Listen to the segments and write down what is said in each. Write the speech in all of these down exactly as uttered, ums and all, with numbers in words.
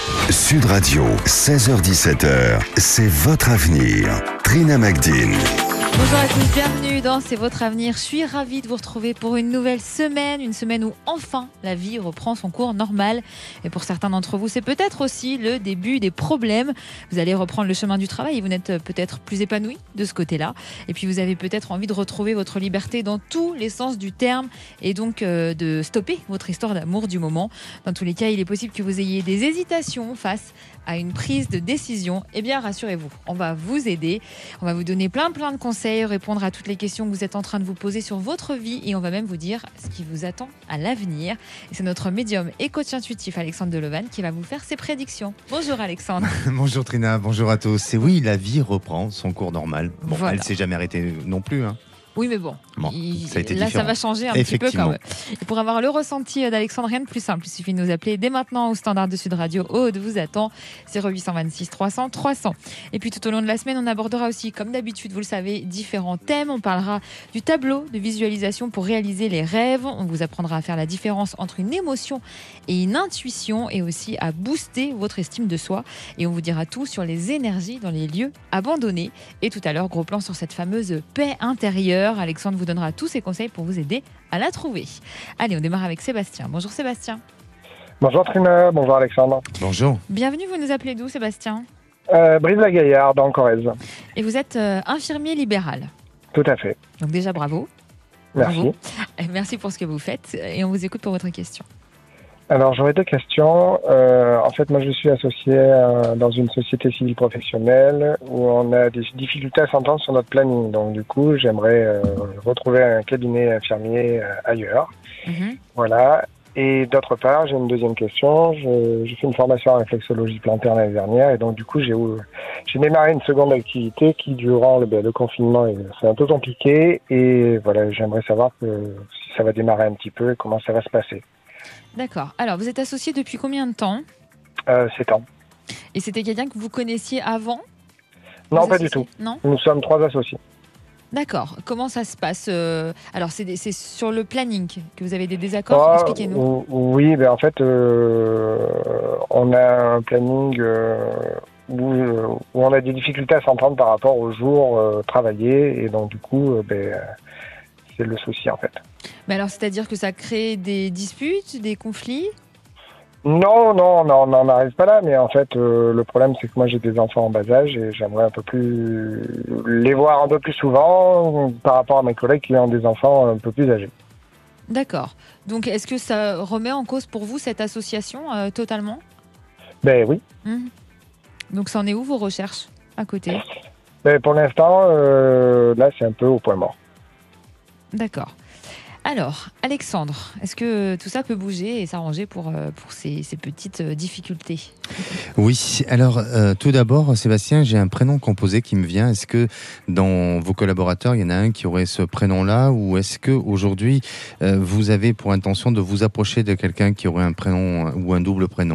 Sud Radio, seize heures dix-sept heures, c'est votre avenir. Trina Magdine. Bonjour à tous, bienvenue dans C'est votre avenir. Je suis ravie de vous retrouver pour une nouvelle semaine, une semaine où enfin la vie reprend son cours normal. Et pour certains d'entre vous, c'est peut-être aussi le début des problèmes. Vous allez reprendre le chemin du travail et vous n'êtes peut-être plus épanoui de ce côté-là. Et puis vous avez peut-être envie de retrouver votre liberté dans tous les sens du terme et donc euh, de stopper votre histoire d'amour du moment. Dans tous les cas, il est possible que vous ayez des hésitations face à une prise de décision. Eh bien, rassurez-vous, on va vous aider. On va vous donner plein plein de conseils, répondre à toutes les questions que vous êtes en train de vous poser sur votre vie et on va même vous dire ce qui vous attend à l'avenir. Et c'est notre médium et coach intuitif Alexandre Delevan qui va vous faire ses prédictions. Bonjour Alexandre. Bonjour Trina, bonjour à tous. Et oui, la vie reprend son cours normal. Bon, voilà. Elle ne s'est jamais arrêtée non plus, hein. Oui, mais bon, bon il, ça a été là, différent. Ça va changer un petit peu quand même. Et pour avoir le ressenti d'Alexandre, rien de plus simple. Il suffit de nous appeler dès maintenant au standard de Sud Radio. Aude vous attend, zéro huit cent vingt-six trois cents trois cents. Et puis tout au long de la semaine, on abordera aussi, comme d'habitude, vous le savez, différents thèmes. On parlera du tableau de visualisation pour réaliser les rêves. On vous apprendra à faire la différence entre une émotion et une intuition et aussi à booster votre estime de soi. Et on vous dira tout sur les énergies dans les lieux abandonnés. Et tout à l'heure, gros plan sur cette fameuse paix intérieure. Alexandre vous donnera tous ses conseils pour vous aider à la trouver. Allez, on démarre avec Sébastien. Bonjour Sébastien. Bonjour Trina, bonjour Alexandre. Bonjour. Bienvenue, vous nous appelez d'où Sébastien ? euh, Brive-la-Gaillarde, en Corrèze. Et vous êtes euh, infirmier libéral. Tout à fait. Donc déjà bravo. Merci. Bravo. Merci pour ce que vous faites et on vous écoute pour votre question. Alors j'aurais deux questions. Euh, en fait, moi je suis associé euh, dans une société civile professionnelle où on a des difficultés à s'entendre sur notre planning. Donc du coup, j'aimerais euh, retrouver un cabinet infirmier euh, ailleurs. Mm-hmm. Voilà. Et d'autre part, j'ai une deuxième question. Je, j'ai fait une formation en réflexologie plantaire l'année dernière et donc du coup j'ai, j'ai démarré une seconde activité qui durant le, ben, le confinement c'est un peu compliqué et voilà, j'aimerais savoir que, si ça va démarrer un petit peu et comment ça va se passer. D'accord. Alors, vous êtes associé depuis combien de temps ? euh, sept ans. Et c'était quelqu'un que vous connaissiez avant ? Non, vous pas associés ? du tout. Non ? Nous sommes trois associés. D'accord. Comment ça se passe ? Alors, c'est, des, c'est sur le planning que vous avez des désaccords ? oh, Expliquez-nous. Oui, ben en fait, euh, on a un planning euh, où, où on a des difficultés à s'entendre par rapport aux jours euh, travaillés. Et donc, du coup, euh, ben, c'est le souci, en fait. Mais alors, c'est-à-dire que ça crée des disputes, des conflits ? Non, non, non, on n'en arrive pas là, mais en fait, euh, le problème, c'est que moi, j'ai des enfants en bas âge et j'aimerais un peu plus les voir un peu plus souvent par rapport à mes collègues qui ont des enfants un peu plus âgés. D'accord. Donc, est-ce que ça remet en cause pour vous cette association euh, totalement ? Ben oui. Mmh. Donc, ça en est où vos recherches à côté ? Ben, pour l'instant, euh, là, c'est un peu au point mort. D'accord. Alors, Alexandre, est-ce que tout ça peut bouger et s'arranger pour, pour ces, ces petites difficultés ? Oui, alors euh, tout d'abord, Sébastien, j'ai un prénom composé qui me vient. Est-ce que dans vos collaborateurs, il y en a un qui aurait ce prénom-là ou est-ce qu'aujourd'hui, euh, vous avez pour intention de vous approcher de quelqu'un qui aurait un prénom ou un double prénom ?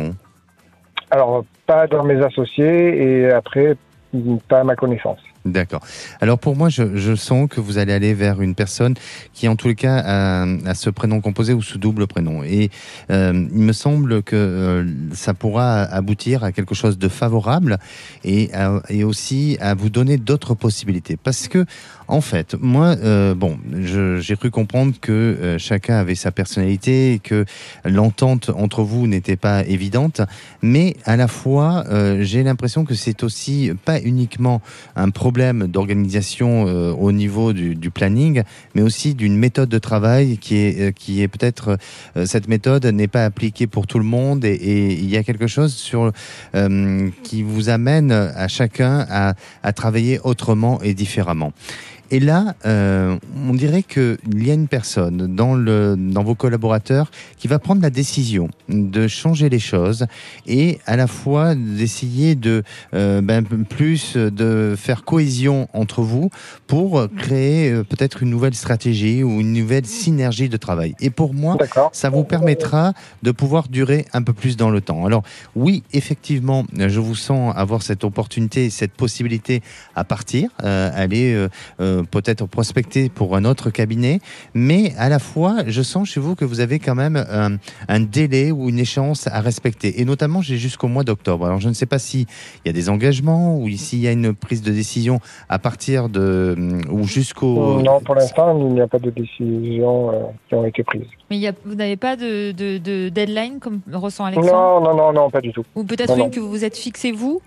Alors, pas dans mes associés et après, pas à ma connaissance. D'accord. Alors pour moi, je, je sens que vous allez aller vers une personne qui, en tous les cas, a, a ce prénom composé ou ce double prénom. Et euh, il me semble que euh, ça pourra aboutir à quelque chose de favorable et, à, et aussi à vous donner d'autres possibilités. Parce que, en fait, moi, euh, bon, je, j'ai cru comprendre que euh, chacun avait sa personnalité et que l'entente entre vous n'était pas évidente. Mais à la fois, euh, j'ai l'impression que c'est aussi pas uniquement un problème d'organisation euh, au niveau du, du planning, mais aussi d'une méthode de travail qui est, euh, qui est peut-être, euh, cette méthode n'est pas appliquée pour tout le monde et, et il y a quelque chose sur, euh, qui vous amène à chacun à, à travailler autrement et différemment. Et là, euh, on dirait qu'il y a une personne dans, le, dans vos collaborateurs qui va prendre la décision de changer les choses et à la fois d'essayer de euh, ben, plus de faire cohésion entre vous pour créer euh, peut-être une nouvelle stratégie ou une nouvelle synergie de travail. Et pour moi, D'accord. ça vous permettra de pouvoir durer un peu plus dans le temps. Alors oui, effectivement, je vous sens avoir cette opportunité, cette possibilité à partir, euh, aller euh, euh, peut-être prospecter pour un autre cabinet, mais à la fois, je sens chez vous que vous avez quand même un, un délai ou une échéance à respecter. Et notamment, j'ai jusqu'au mois d'octobre. Alors, je ne sais pas s'il y a des engagements ou s'il y a une prise de décision à partir de... ou jusqu'au... Non, pour l'instant, il n'y a pas de décision euh, qui ont été prises. Mais il y a, vous n'avez pas de, de, de deadline comme ressent Alexandre? Non, non, non, non, pas du tout. Ou peut-être non, une non. que vous vous êtes fixé vous?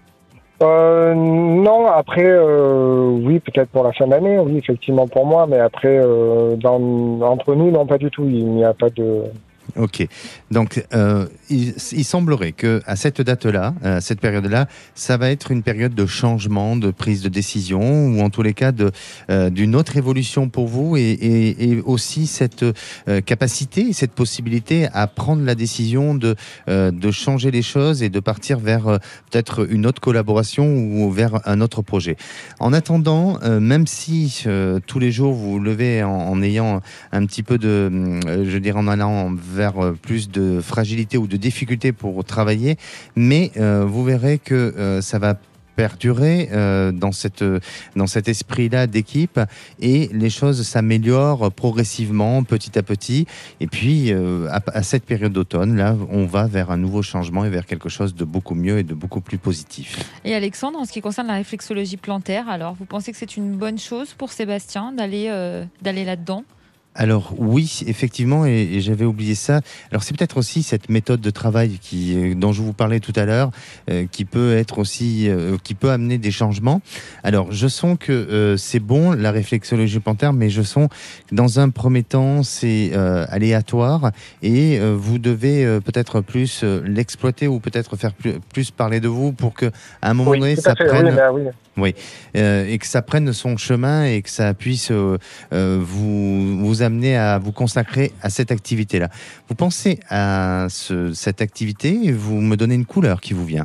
Euh, non, après, euh, oui, peut-être pour la fin d'année, oui, effectivement pour moi, mais après, euh, dans, entre nous, non, pas du tout, il n'y a pas de... Ok, donc euh, il, il semblerait que à cette date-là, à cette période-là, ça va être une période de changement, de prise de décision, ou en tous les cas de euh, d'une autre évolution pour vous, et, et, et aussi cette euh, capacité, cette possibilité à prendre la décision de euh, de changer les choses et de partir vers euh, peut-être une autre collaboration ou vers un autre projet. En attendant, euh, même si euh, tous les jours vous vous levez en, en ayant un petit peu de, euh, je dirais en allant vers plus de fragilité ou de difficulté pour travailler, mais euh, vous verrez que euh, ça va perdurer euh, dans, cette, dans cet esprit-là d'équipe, et les choses s'améliorent progressivement, petit à petit. Et puis, euh, à, à cette période d'automne, là, on va vers un nouveau changement et vers quelque chose de beaucoup mieux et de beaucoup plus positif. Et Alexandre, en ce qui concerne la réflexologie plantaire, alors vous pensez que c'est une bonne chose pour Sébastien d'aller euh, d'aller là-dedans ? Alors oui, effectivement, et, et j'avais oublié ça. Alors c'est peut-être aussi cette méthode de travail qui, dont je vous parlais tout à l'heure, euh, qui peut être aussi, euh, qui peut amener des changements. Alors je sens que euh, c'est bon la réflexologie plantaire, mais je sens que dans un premier temps c'est euh, aléatoire, et euh, vous devez euh, peut-être plus euh, l'exploiter, ou peut-être faire plus, plus parler de vous pour que à un moment oui, donné tout ça à fait, prenne. Oui, ben, oui. Oui, euh, et que ça prenne son chemin et que ça puisse euh, euh, vous, vous amener à vous consacrer à cette activité-là. Vous pensez à ce, cette activité et vous me donnez une couleur qui vous vient.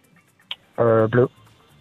Euh, bleu.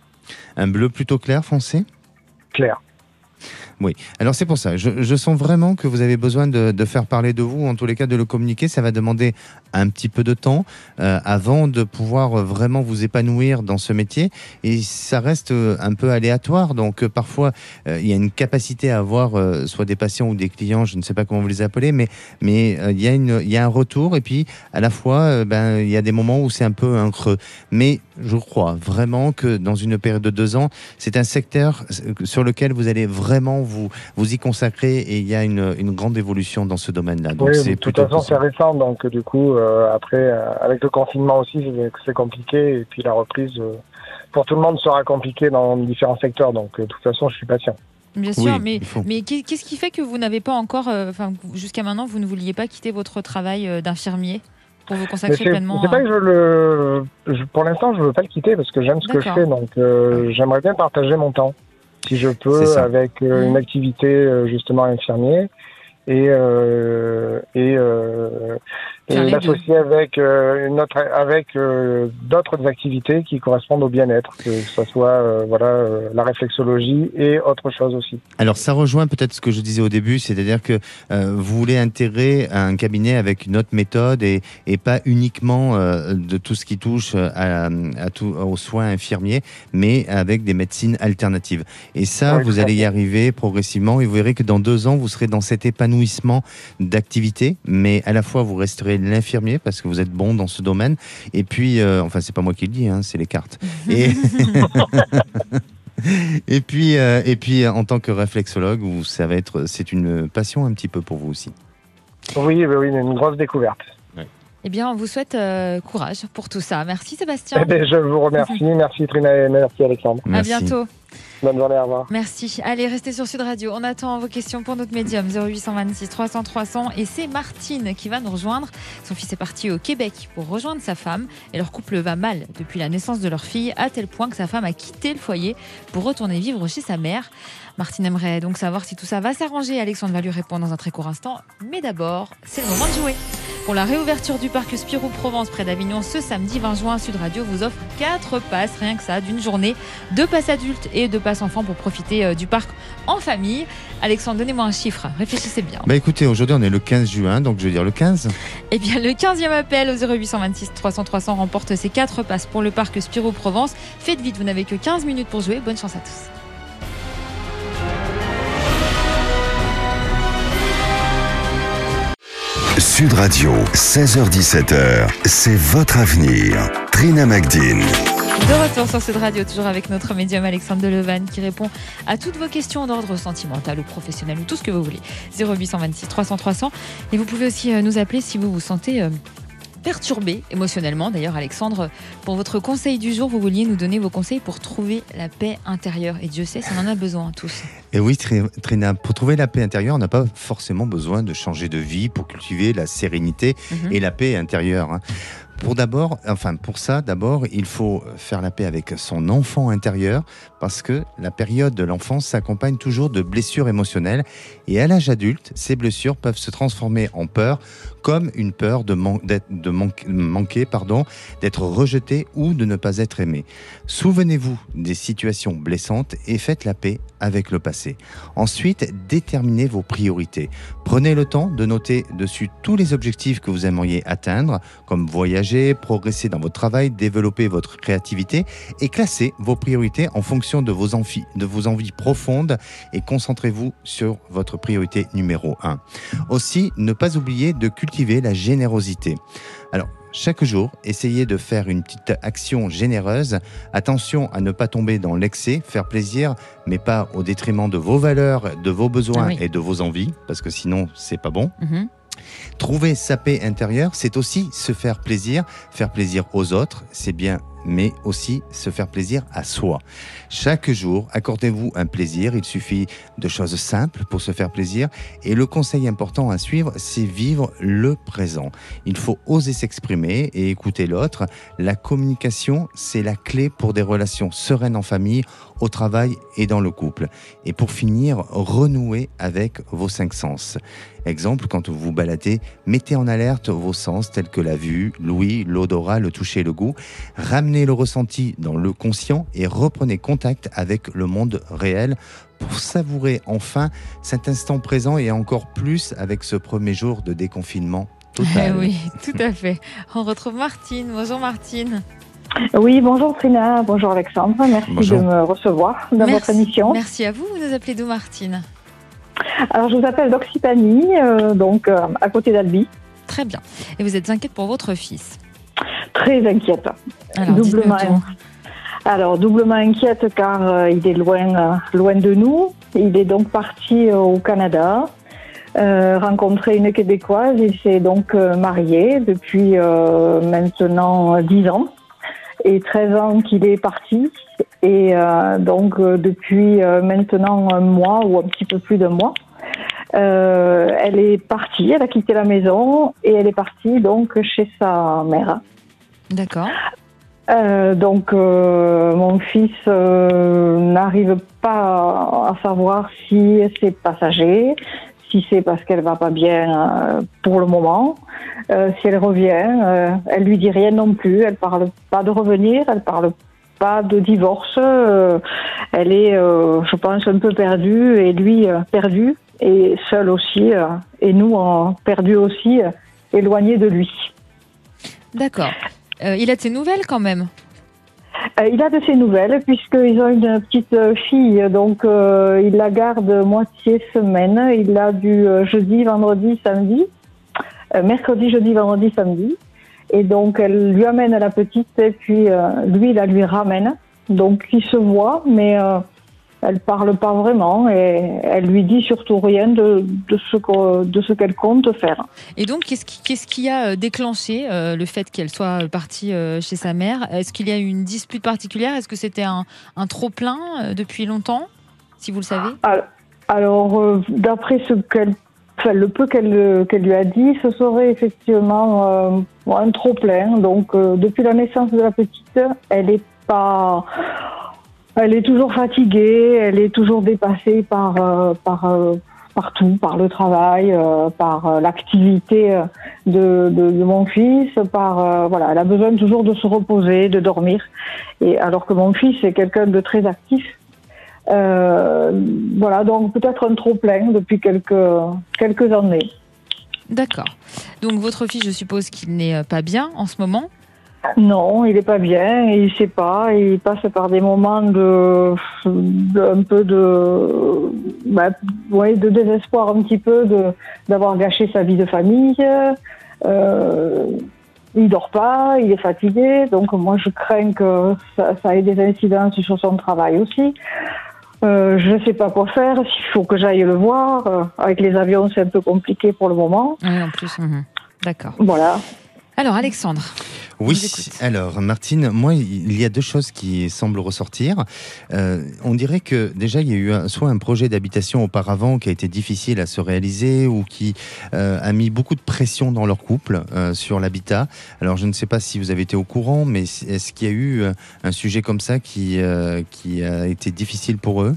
Un bleu plutôt clair, foncé ? Clair. Oui, alors c'est pour ça, je, je sens vraiment que vous avez besoin de, de faire parler de vous, en tous les cas de le communiquer. Ça va demander un petit peu de temps euh, avant de pouvoir vraiment vous épanouir dans ce métier, et ça reste un peu aléatoire, donc euh, parfois euh, il y a une capacité à avoir euh, soit des patients ou des clients, je ne sais pas comment vous les appelez, mais, mais euh, il, y a une, il y a un retour, et puis à la fois euh, ben, il y a des moments où c'est un peu un creux, mais je crois vraiment que dans une période de deux ans, c'est un secteur sur lequel vous allez vraiment vous, vous y consacrer, et il y a une, une grande évolution dans ce domaine-là. Donc oui, c'est de toute plutôt façon, c'est récent, donc du coup, euh, après, euh, avec le confinement aussi, c'est, c'est compliqué, et puis la reprise, euh, pour tout le monde, sera compliquée dans différents secteurs, donc euh, de toute façon, je suis patient. Bien sûr, Oui, mais, mais qu'est-ce qui fait que vous n'avez pas encore, enfin, euh, jusqu'à maintenant, vous ne vouliez pas quitter votre travail euh, d'infirmier pour vous consacrer c'est, pleinement c'est à... pas que je le, je, pour l'instant, je veux pas le quitter parce que j'aime ce D'accord. que je fais, donc euh, j'aimerais bien partager mon temps, si je peux, avec euh, Mmh. une activité euh, justement infirmier, et euh, et, euh, et Faire les l'associer avec euh, une autre, avec euh, d'autres activités qui correspondent au bien-être, que ce soit euh, voilà euh, la réflexologie et autre chose aussi. Alors ça rejoint peut-être ce que je disais au début, c'est-à-dire que euh, vous voulez intégrer un cabinet avec une autre méthode, et, et pas uniquement euh, de tout ce qui touche à, à tout, aux soins infirmiers, mais avec des médecines alternatives. Et ça, Oui, vous tout à allez y fait. arriver progressivement, et vous verrez que dans deux ans, vous serez dans cet épanouissement d'activité, mais à la fois vous resterez l'infirmier parce que vous êtes bon dans ce domaine, et puis, euh, enfin c'est pas moi qui le dis, hein, c'est les cartes. Et... Et puis, euh, et puis, en tant que réflexologue, vous, ça va être, c'est une passion un petit peu pour vous aussi. Oui, oui, oui, une grosse découverte. Eh bien, on vous souhaite euh, courage pour tout ça. Merci Sébastien. Eh bien, je vous remercie, merci Trina et merci Alexandre. Merci. À bientôt. Bonne journée, au revoir. Merci. Allez, restez sur Sud Radio. On attend vos questions pour notre médium zéro huit deux six trois cents trois cents. Et c'est Martine qui va nous rejoindre. Son fils est parti au Québec pour rejoindre sa femme. Et leur couple va mal depuis la naissance de leur fille, à tel point que sa femme a quitté le foyer pour retourner vivre chez sa mère. Martine aimerait donc savoir si tout ça va s'arranger. Alexandre va lui répondre dans un très court instant. Mais d'abord, c'est le moment de jouer. Pour la réouverture du parc Spirou Provence près d'Avignon ce samedi vingt juin, Sud Radio vous offre quatre passes, rien que ça, d'une journée, deux passes adultes et deux passes enfants pour profiter euh, du parc en famille. Alexandre, donnez-moi un chiffre, réfléchissez bien. Bah écoutez, aujourd'hui on est le quinze juin, donc je vais dire le quinze. Eh bien, le quinzième appel au zéro huit deux six trois cents trois cents remporte ces quatre passes pour le parc Spirou Provence. Faites vite, vous n'avez que quinze minutes pour jouer. Bonne chance à tous. Sud Radio, seize heures dix-sept heures, c'est votre avenir. Trina Magdine. De retour sur Sud Radio, toujours avec notre médium Alexandre Delevanne qui répond à toutes vos questions d'ordre sentimental ou professionnel ou tout ce que vous voulez. zéro huit cent vingt-six trois cents trois cents. Et vous pouvez aussi nous appeler si vous vous sentez euh, perturbé émotionnellement. D'ailleurs, Alexandre, pour votre conseil du jour, vous vouliez nous donner vos conseils pour trouver la paix intérieure. Et Dieu sait, ça en a besoin tous. Et oui, Trina, pour trouver la paix intérieure, on n'a pas forcément besoin de changer de vie pour cultiver la sérénité mmh. et la paix intérieure. Hein. Pour d'abord, enfin pour ça, d'abord, il faut faire la paix avec son enfant intérieur parce que la période de l'enfance s'accompagne toujours de blessures émotionnelles et à l'âge adulte, ces blessures peuvent se transformer en peur, comme une peur de, man- de man- manquer, pardon, d'être rejeté ou de ne pas être aimé. Souvenez-vous des situations blessantes et faites la paix avec le passé. Ensuite, déterminez vos priorités. Prenez le temps de noter dessus tous les objectifs que vous aimeriez atteindre, comme voyager, progresser dans votre travail, développer votre créativité et classez vos priorités en fonction de vos envies, de vos envies profondes et concentrez-vous sur votre priorité numéro un. Aussi, ne pas oublier de cultiver la générosité. Alors, chaque jour, essayez de faire une petite action généreuse. Attention à ne pas tomber dans l'excès, faire plaisir, mais pas au détriment de vos valeurs, de vos besoins ah oui. et de vos envies, parce que sinon, c'est pas bon. Mmh. Trouver sa paix intérieure, c'est aussi se faire plaisir. Faire plaisir aux autres, c'est bien, mais aussi se faire plaisir à soi. Chaque jour, accordez-vous un plaisir. Il suffit de choses simples pour se faire plaisir. Et le conseil important à suivre, c'est vivre le présent. Il faut oser s'exprimer et écouter l'autre. La communication, c'est la clé pour des relations sereines en famille, au travail et dans le couple. Et pour finir, renouer avec vos cinq sens. Exemple, quand vous vous baladez, mettez en alerte vos sens tels que la vue, l'ouïe, l'odorat, le toucher, le goût. Ramenez le ressenti dans le conscient et reprenez contact avec le monde réel pour savourer enfin cet instant présent et encore plus avec ce premier jour de déconfinement total. Eh oui, tout à fait. On retrouve Martine. Bonjour Martine. Oui, bonjour Trina, bonjour Alexandre, merci bonjour. de me recevoir dans merci, votre émission. Merci à vous, vous nous appelez d'où Martine ? Alors je vous appelle d'Occitanie, euh, donc euh, à côté d'Albi. Très bien, et vous êtes inquiète pour votre fils ? Très inquiète. Alors, doublement, Alors doublement inquiète car euh, il est loin, euh, loin de nous, il est donc parti euh, au Canada. Euh, rencontrer une Québécoise, il s'est donc euh, marié depuis euh, maintenant dix ans. Et treize ans qu'il est parti. Et euh, donc, euh, depuis euh, maintenant un mois ou un petit peu plus d'un mois, euh, elle est partie, elle a quitté la maison et elle est partie donc chez sa mère. D'accord. Euh, donc, euh, mon fils euh, n'arrive pas à savoir si c'est passager, si c'est parce qu'elle va pas bien euh, pour le moment. Euh, si elle revient, euh, elle lui dit rien non plus. Elle parle pas de revenir, elle parle pas de divorce. Euh, elle est, euh, je pense, un peu perdue et lui euh, perdu et seul aussi. Euh, et nous, euh, perdus aussi, euh, éloignés de lui. D'accord. Euh, il a de ses nouvelles quand même. Euh, il a de ses nouvelles puisqu'ils ont une petite fille, donc euh, il la garde moitié semaine. Il l'a du euh, jeudi, vendredi, samedi, euh, mercredi, jeudi, vendredi, samedi. Et donc elle lui amène la petite et puis euh, lui, il la lui ramène. Donc ils se voient, mais euh, elle parle pas vraiment et elle lui dit surtout rien de, de ce que, de ce qu'elle compte faire. Et donc, qu'est-ce qui, qu'est-ce qui a déclenché euh, le fait qu'elle soit partie euh, chez sa mère ? Est-ce qu'il y a eu une dispute particulière ? Est-ce que c'était un, un trop-plein euh, depuis longtemps, si vous le savez ? Alors, alors euh, d'après ce qu'elle, enfin, le peu qu'elle, qu'elle lui a dit, ce serait effectivement euh, un trop-plein. Donc, euh, depuis la naissance de la petite, elle est pas... Elle est toujours fatiguée, elle est toujours dépassée par euh, par euh, par tout, par le travail, euh, par euh, l'activité de, de de mon fils, par euh, voilà, elle a besoin toujours de se reposer, de dormir. Et alors que mon fils est quelqu'un de très actif, euh, voilà, donc peut-être un trop plein depuis quelques quelques années. D'accord. Donc votre fils, je suppose qu'il n'est pas bien en ce moment. Non, il est pas bien, il sait pas, il passe par des moments de, de un peu de, bah, ouais, de désespoir un petit peu de d'avoir gâché sa vie de famille. Euh, il dort pas, il est fatigué, donc moi je crains que ça, ça ait des incidences sur son travail aussi. Euh, je ne sais pas quoi faire, il faut que j'aille le voir. Euh, avec les avions, c'est un peu compliqué pour le moment. Oui, en plus. Mmh. D'accord. Voilà. Alors, Alexandre. Oui, alors Martine, moi, il y a deux choses qui semblent ressortir. Euh, on dirait que déjà, il y a eu un, soit un projet d'habitation auparavant qui a été difficile à se réaliser ou qui euh, a mis beaucoup de pression dans leur couple euh, sur l'habitat. Alors, je ne sais pas si vous avez été au courant, mais est-ce qu'il y a eu euh, un sujet comme ça qui, euh, qui a été difficile pour eux ?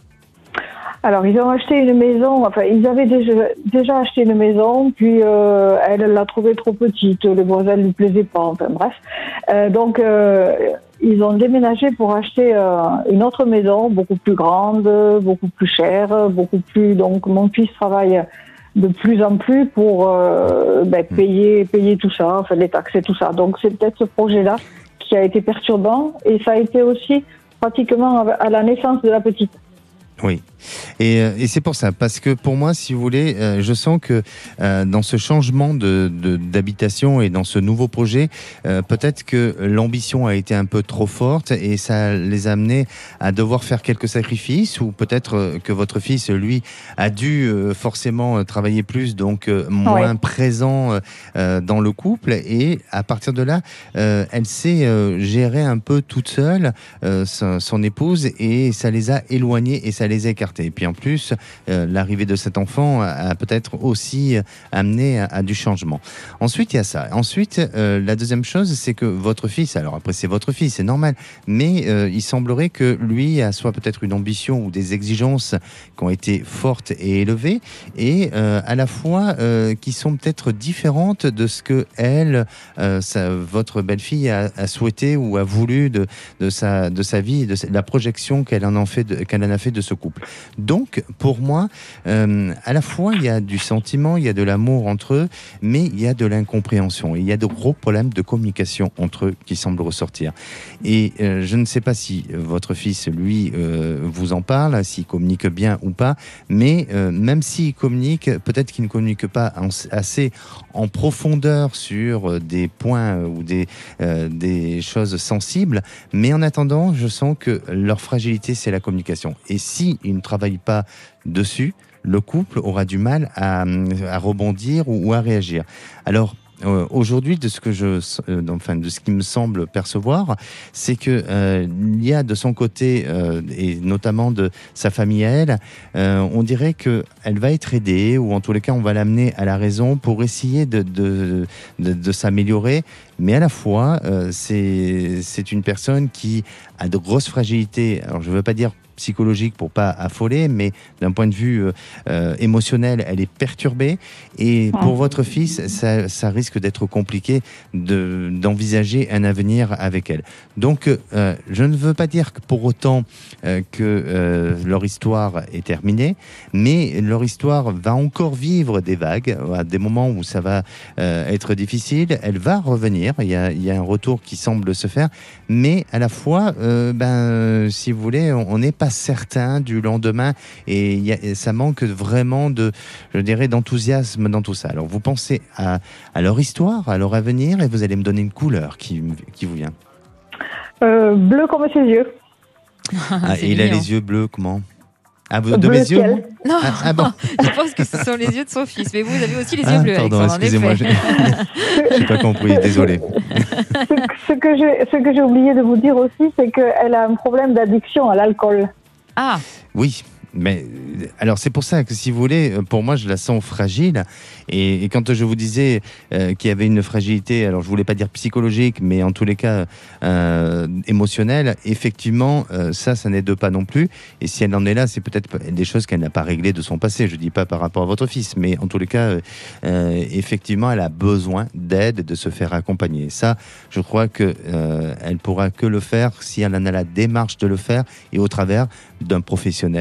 Alors, ils ont acheté une maison, enfin, ils avaient déjà, déjà acheté une maison, puis euh, elle l'a trouvée trop petite, les voisins ne lui plaisaient pas, enfin bref. Euh, donc, euh, ils ont déménagé pour acheter euh, une autre maison, beaucoup plus grande, beaucoup plus chère, beaucoup plus... Donc, mon fils travaille de plus en plus pour euh, ben, payer, payer tout ça, enfin, les taxes et tout ça. Donc, c'est peut-être ce projet-là qui a été perturbant, et ça a été aussi pratiquement à la naissance de la petite. Oui, et, et c'est pour ça, parce que pour moi, si vous voulez, euh, je sens que euh, dans ce changement de, de, d'habitation et dans ce nouveau projet, euh, peut-être que l'ambition a été un peu trop forte et ça les a amenés à devoir faire quelques sacrifices, ou peut-être que votre fils, lui, a dû euh, forcément travailler plus, donc euh, moins ouais. présent euh, dans le couple, et à partir de là, euh, elle s'est euh, gérée un peu toute seule, euh, son, son épouse, et ça les a éloignés et ça les a écartés. Et puis en plus, euh, l'arrivée de cet enfant a, a peut-être aussi amené à, à du changement. Ensuite, il y a ça. Ensuite, euh, la deuxième chose, c'est que votre fils, alors après c'est votre fils, c'est normal, mais euh, il semblerait que lui a soit peut-être une ambition ou des exigences qui ont été fortes et élevées, et euh, à la fois euh, qui sont peut-être différentes de ce que elle, euh, sa, votre belle-fille a, a souhaité ou a voulu de, de, sa, de sa vie, de la projection qu'elle en, en fait de, qu'elle en a fait de ce couple. Donc, pour moi, euh, à la fois, il y a du sentiment, il y a de l'amour entre eux, mais il y a de l'incompréhension. Et il y a de gros problèmes de communication entre eux qui semblent ressortir. Et euh, je ne sais pas si votre fils, lui, euh, vous en parle, s'il communique bien ou pas, mais euh, même s'il communique, peut-être qu'il ne communique pas en, assez en profondeur sur des points ou des, euh, des choses sensibles, mais en attendant, je sens que leur fragilité, c'est la communication. Et si ils ne travaillent pas dessus, le couple aura du mal à, à rebondir ou, ou à réagir. Alors, Euh, aujourd'hui, de ce que je, euh, enfin, de ce qui me semble percevoir, c'est que euh, il y a de son côté euh, et notamment de sa famille à elle, euh, on dirait que elle va être aidée, ou en tous les cas, on va l'amener à la raison pour essayer de de, de, de s'améliorer. Mais à la fois, euh, c'est c'est une personne qui a de grosses fragilités. Alors, je veux pas dire psychologique pour pas affoler, mais d'un point de vue euh, émotionnel, elle est perturbée. Et pour votre fils, ça, ça risque d'être compliqué de, d'envisager un avenir avec elle. Donc, euh, je ne veux pas dire que pour autant euh, que euh, leur histoire est terminée, mais leur histoire va encore vivre des vagues, à des moments où ça va euh, être difficile. Elle va revenir. Il y a, il y a un retour qui semble se faire, mais à la fois, euh, ben, si vous voulez, on n'est pas certain du lendemain, et, y a, et ça manque vraiment de, je dirais, d'enthousiasme dans tout ça. Alors vous pensez à, à leur histoire, à leur avenir, et vous allez me donner une couleur qui, qui vous vient. Euh, bleu comme ses yeux. Ah, et il a les yeux bleus comment? Ah, de bleu mes yeux? Non, ah, ah bon. Je pense que ce sont les yeux de son fils, mais vous avez aussi les yeux ah, bleus. Pardon, excusez-moi, j'ai... j'ai pas compris, désolé. Ce, ce, que j'ai, ce que j'ai oublié de vous dire aussi, c'est qu'elle a un problème d'addiction à l'alcool. Ah oui. Mais alors c'est pour ça que si vous voulez, pour moi je la sens fragile, et, et quand je vous disais euh, qu'il y avait une fragilité, alors je voulais pas dire psychologique, mais en tous les cas euh, émotionnelle, effectivement euh, ça ça n'aide pas non plus. Et si elle en est là, c'est peut-être des choses qu'elle n'a pas réglées de son passé. Je dis pas par rapport à votre fils, mais en tous les cas euh, effectivement elle a besoin d'aide, de se faire accompagner. Ça, je crois que euh, elle pourra que le faire si elle en a la démarche de le faire, et au travers d'un professionnel, d'un spécialiste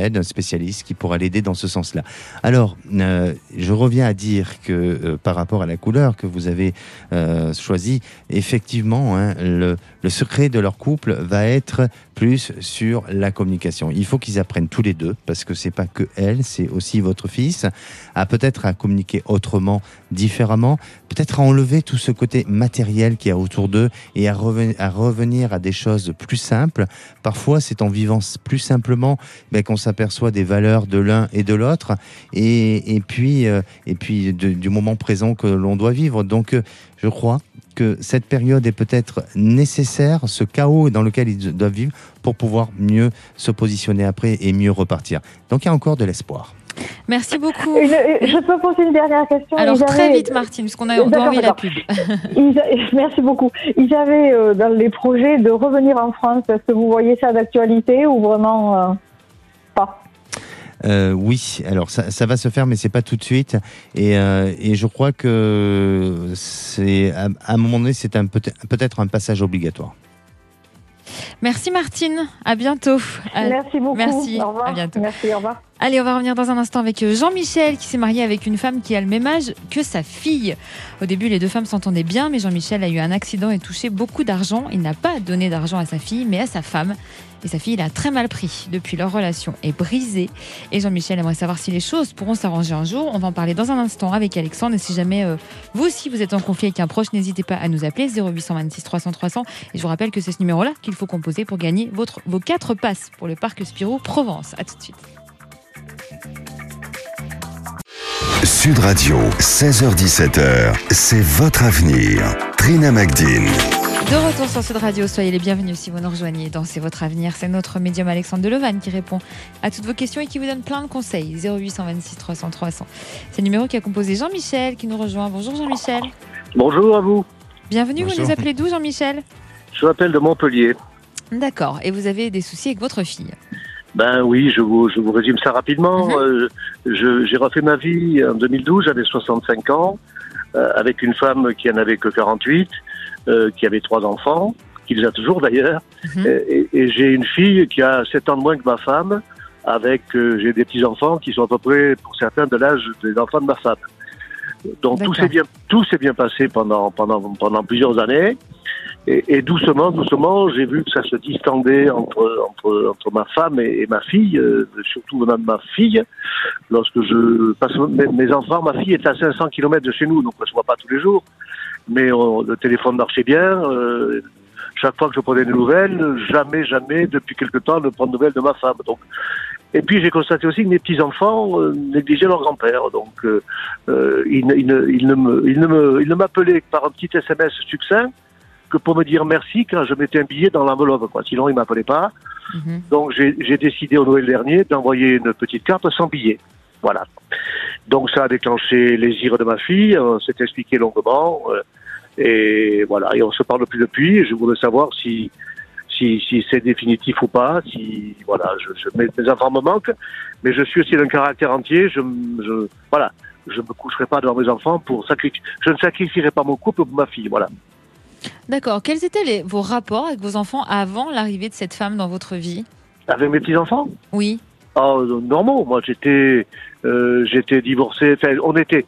spécialiste qui pourra l'aider dans ce sens-là. Alors, euh, je reviens à dire que euh, par rapport à la couleur que vous avez euh, choisie, effectivement, hein, le, le secret de leur couple va être plus sur la communication. Il faut qu'ils apprennent tous les deux, parce que c'est pas que elle, c'est aussi votre fils, à peut-être à communiquer autrement, différemment, peut-être à enlever tout ce côté matériel qu'il y a autour d'eux et à, reven- à revenir à des choses plus simples. Parfois, c'est en vivant plus simplement ben, qu'on s'aperçoit des valeurs de l'un et de l'autre, et, et puis, euh, et puis de, du moment présent que l'on doit vivre. Donc, euh, je crois que cette période est peut-être nécessaire, ce chaos dans lequel ils doivent vivre, pour pouvoir mieux se positionner après et mieux repartir. Donc il y a encore de l'espoir. Merci beaucoup. Une- je peux poser une dernière question. Alors Ils très avaient- vite Martine, parce qu'on a, on doit D'accord, envoyer la d'accord. pub. Ils a- Merci beaucoup. Ils avaient euh, dans les projets de revenir en France. Est-ce que vous voyez ça d'actualité ou vraiment euh, pas? Euh, oui, alors ça, ça va se faire, mais c'est pas tout de suite. Et, euh, et je crois que c'est à, à un moment donné, c'est un, peut- peut-être un passage obligatoire. Merci Martine, à bientôt. À- Merci beaucoup. merci, Au revoir. à bientôt. Merci, au revoir. Allez, on va revenir dans un instant avec Jean-Michel qui s'est marié avec une femme qui a le même âge que sa fille. Au début, les deux femmes s'entendaient bien, mais Jean-Michel a eu un accident et touché beaucoup d'argent. Il n'a pas donné d'argent à sa fille, mais à sa femme. Et sa fille l'a très mal pris. Depuis, leur relation est brisée. Et Jean-Michel aimerait savoir si les choses pourront s'arranger un jour. On va en parler dans un instant avec Alexandre. Et si jamais euh, vous aussi vous êtes en conflit avec un proche, n'hésitez pas à nous appeler zéro huit cent vingt-six trois cents trois cents. Et je vous rappelle que c'est ce numéro-là qu'il faut composer pour gagner votre, vos quatre passes pour le parc Spirou Provence. À tout de suite. Sud Radio, seize heures dix-sept heures, c'est votre avenir. Trina Magdine. De retour sur Sud Radio, soyez les bienvenus si vous nous rejoignez dans C'est votre avenir. C'est notre médium Alexandre Delevanne qui répond à toutes vos questions et qui vous donne plein de conseils. zéro huit cent vingt-six trois cents trois cents. C'est le numéro qui a composé Jean-Michel qui nous rejoint. Bonjour Jean-Michel. Bonjour à vous. Bienvenue, Bonjour. vous nous appelez d'où Jean-Michel? Je m'appelle de Montpellier. D'accord, et vous avez des soucis avec votre fille? Ben oui, je vous, je vous résume ça rapidement. Mhm. Euh, je, j'ai refait ma vie en deux mille douze, j'avais soixante-cinq ans, euh, avec une femme qui en avait que quarante-huit, euh, qui avait trois enfants, qui les a toujours d'ailleurs. Mhm. Et, et j'ai une fille qui a sept ans de moins que ma femme, avec euh, j'ai des petits-enfants qui sont à peu près, pour certains, de l'âge des enfants de ma femme. Donc tout D'accord. s'est bien, tout s'est bien passé pendant, pendant, pendant plusieurs années. Et, et doucement, doucement, j'ai vu que ça se distendait entre, entre, entre ma femme et, et ma fille, euh, surtout venant de ma fille. Lorsque je, parce que mes, mes enfants, ma fille est à cinq cents kilomètres de chez nous, donc on se voit pas tous les jours. Mais on, le téléphone marchait bien. Euh, chaque fois que je prenais des nouvelles, jamais, jamais, depuis quelque temps, ne prendre de nouvelles de ma femme. Donc, et puis j'ai constaté aussi que mes petits-enfants euh, négligeaient leur grand-père. Donc euh, euh, ils, ne- ils, ne- ils ne me, ils ne me, ils ne m'appelaient que par un petit S M S succinct que pour me dire merci quand je mettais un billet dans l'enveloppe, quoi. Sinon, ils m'appelaient pas. Mhm. Donc, j'ai, j'ai décidé au Noël dernier d'envoyer une petite carte sans billet. Voilà. Donc, ça a déclenché les ires de ma fille. On s'est expliqué longuement. euh, et voilà. Et on se parle plus depuis. Et je voulais savoir si, si, si c'est définitif ou pas. Si, voilà, je, je, mes, mes enfants me manquent. Mais je suis aussi d'un caractère entier. Je, je, voilà. Je me coucherai pas devant mes enfants pour sacrifier. Je ne sacrifierai pas mon couple pour ma fille. Voilà. D'accord, quels étaient les, vos rapports avec vos enfants avant l'arrivée de cette femme dans votre vie? Avec mes petits-enfants? Oui. Oh, euh, normaux. Moi, j'étais, euh, j'étais divorcé. Enfin, on était.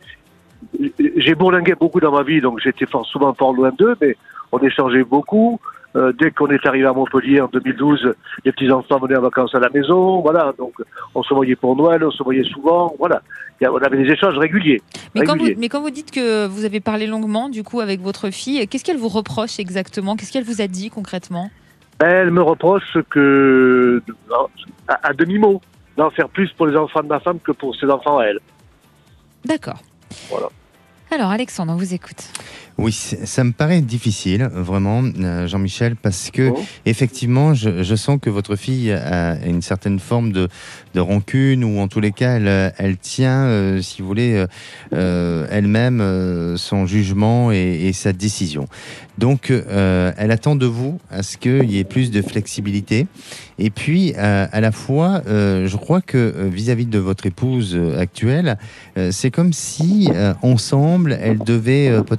J'ai bourlingué beaucoup dans ma vie, donc j'étais fort, souvent fort loin d'eux, mais on échangeait beaucoup. Euh, dès qu'on est arrivé à Montpellier en deux mille douze, les petits-enfants venaient en vacances à la maison. Voilà, donc on se voyait pour Noël, on se voyait souvent. Voilà, Il y a- on avait des échanges réguliers. Mais quand, vous, réguliers. mais quand vous dites que vous avez parlé longuement du coup avec votre fille, qu'est-ce qu'elle vous reproche exactement? Qu'est-ce qu'elle vous a dit concrètement? Elle me reproche que, à, à demi-mot, d'en faire plus pour les enfants de ma femme que pour ses enfants à elle. D'accord. Voilà. Alors Alexandre, on vous écoute. Oui, c'est- ça me paraît difficile, vraiment, euh, Jean-Michel, parce que Oh. effectivement, je, je sens que votre fille a une certaine forme de, de rancune, ou en tous les cas, elle, elle tient, euh, si vous voulez, euh, euh, elle-même euh, son jugement et, et sa décision. Donc, euh, elle attend de vous à ce qu'il y ait plus de flexibilité. Et puis, euh, à la fois, euh, je crois que euh, vis-à-vis de votre épouse euh, actuelle, euh, c'est comme si, euh, ensemble, elle devait euh, peut-être plus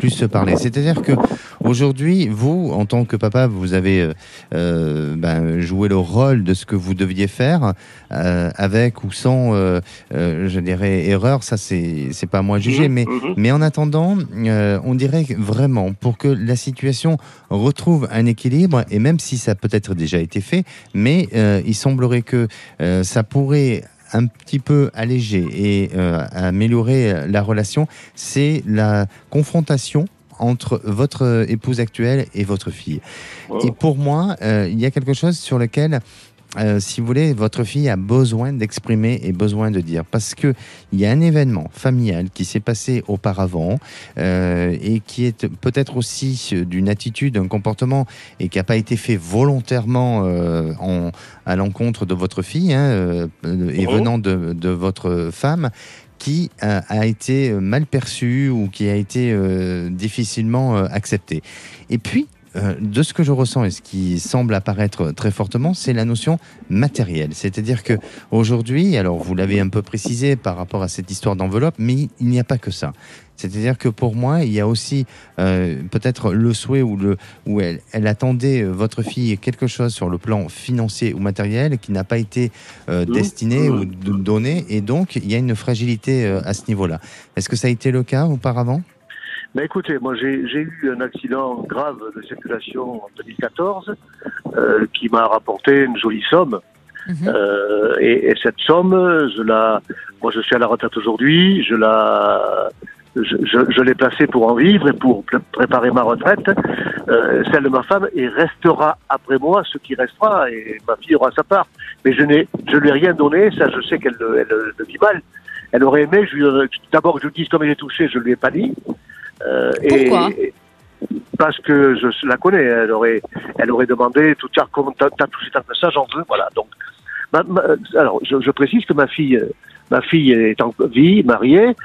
plus se parler. C'est-à-dire que aujourd'hui, vous, en tant que papa, vous avez euh, ben, joué le rôle de ce que vous deviez faire, euh, avec ou sans, euh, euh, je dirais, erreur. Ça, c'est c'est pas à moi de juger, Mmh, mais mmh. mais en attendant, euh, on dirait vraiment pour que la situation retrouve un équilibre, et même si ça a peut-être déjà été fait, mais euh, il semblerait que euh, ça pourrait un petit peu alléger et euh, améliorer la relation, c'est la confrontation entre votre épouse actuelle et votre fille. Oh. Et pour moi, euh, il y a quelque chose sur lequel, euh, si vous voulez, votre fille a besoin d'exprimer et besoin de dire. Parce qu'il y a un événement familial qui s'est passé auparavant euh, et qui est peut-être aussi d'une attitude, d'un comportement et qui n'a pas été fait volontairement euh, en, à l'encontre de votre fille hein, euh, et Oh. venant de, de votre femme, qui a, a été mal perçu ou qui a été euh, difficilement euh, accepté. Et puis, euh, de ce que je ressens et ce qui semble apparaître très fortement, c'est la notion matérielle. C'est-à-dire que aujourd'hui, alors vous l'avez un peu précisé par rapport à cette histoire d'enveloppe, mais il n'y a pas que ça. C'est-à-dire que pour moi, il y a aussi euh, peut-être le souhait où, le, où elle, elle attendait euh, votre fille quelque chose sur le plan financier ou matériel qui n'a pas été euh, destiné ou d- donné, et donc il y a une fragilité euh, à ce niveau-là. Est-ce que ça a été le cas auparavant ? Ben écoutez, moi j'ai j'ai eu un accident grave de circulation en deux mille quatorze euh, qui m'a rapporté une jolie somme. Mhm. Euh, et, et cette somme, je la, moi je suis à la retraite aujourd'hui, je la, je, je, je l'ai placée pour en vivre et pour pr- préparer ma retraite, euh, celle de ma femme, et restera après moi ce qui restera, et ma fille aura sa part. Mais je n'ai, je lui ai rien donné, ça je sais qu'elle elle, elle le vit mal. Elle aurait aimé, je lui, d'abord que je lui dise comme elle est touchée, je lui ai pas dit. Euh, Pourquoi ? et, parce que je la connais, elle aurait, elle aurait demandé, tout tard, comment t'as, t'as touché ta message, j'en veux, voilà. Donc, ma, ma, alors, je, je précise que ma fille, ma fille est en vie, mariée,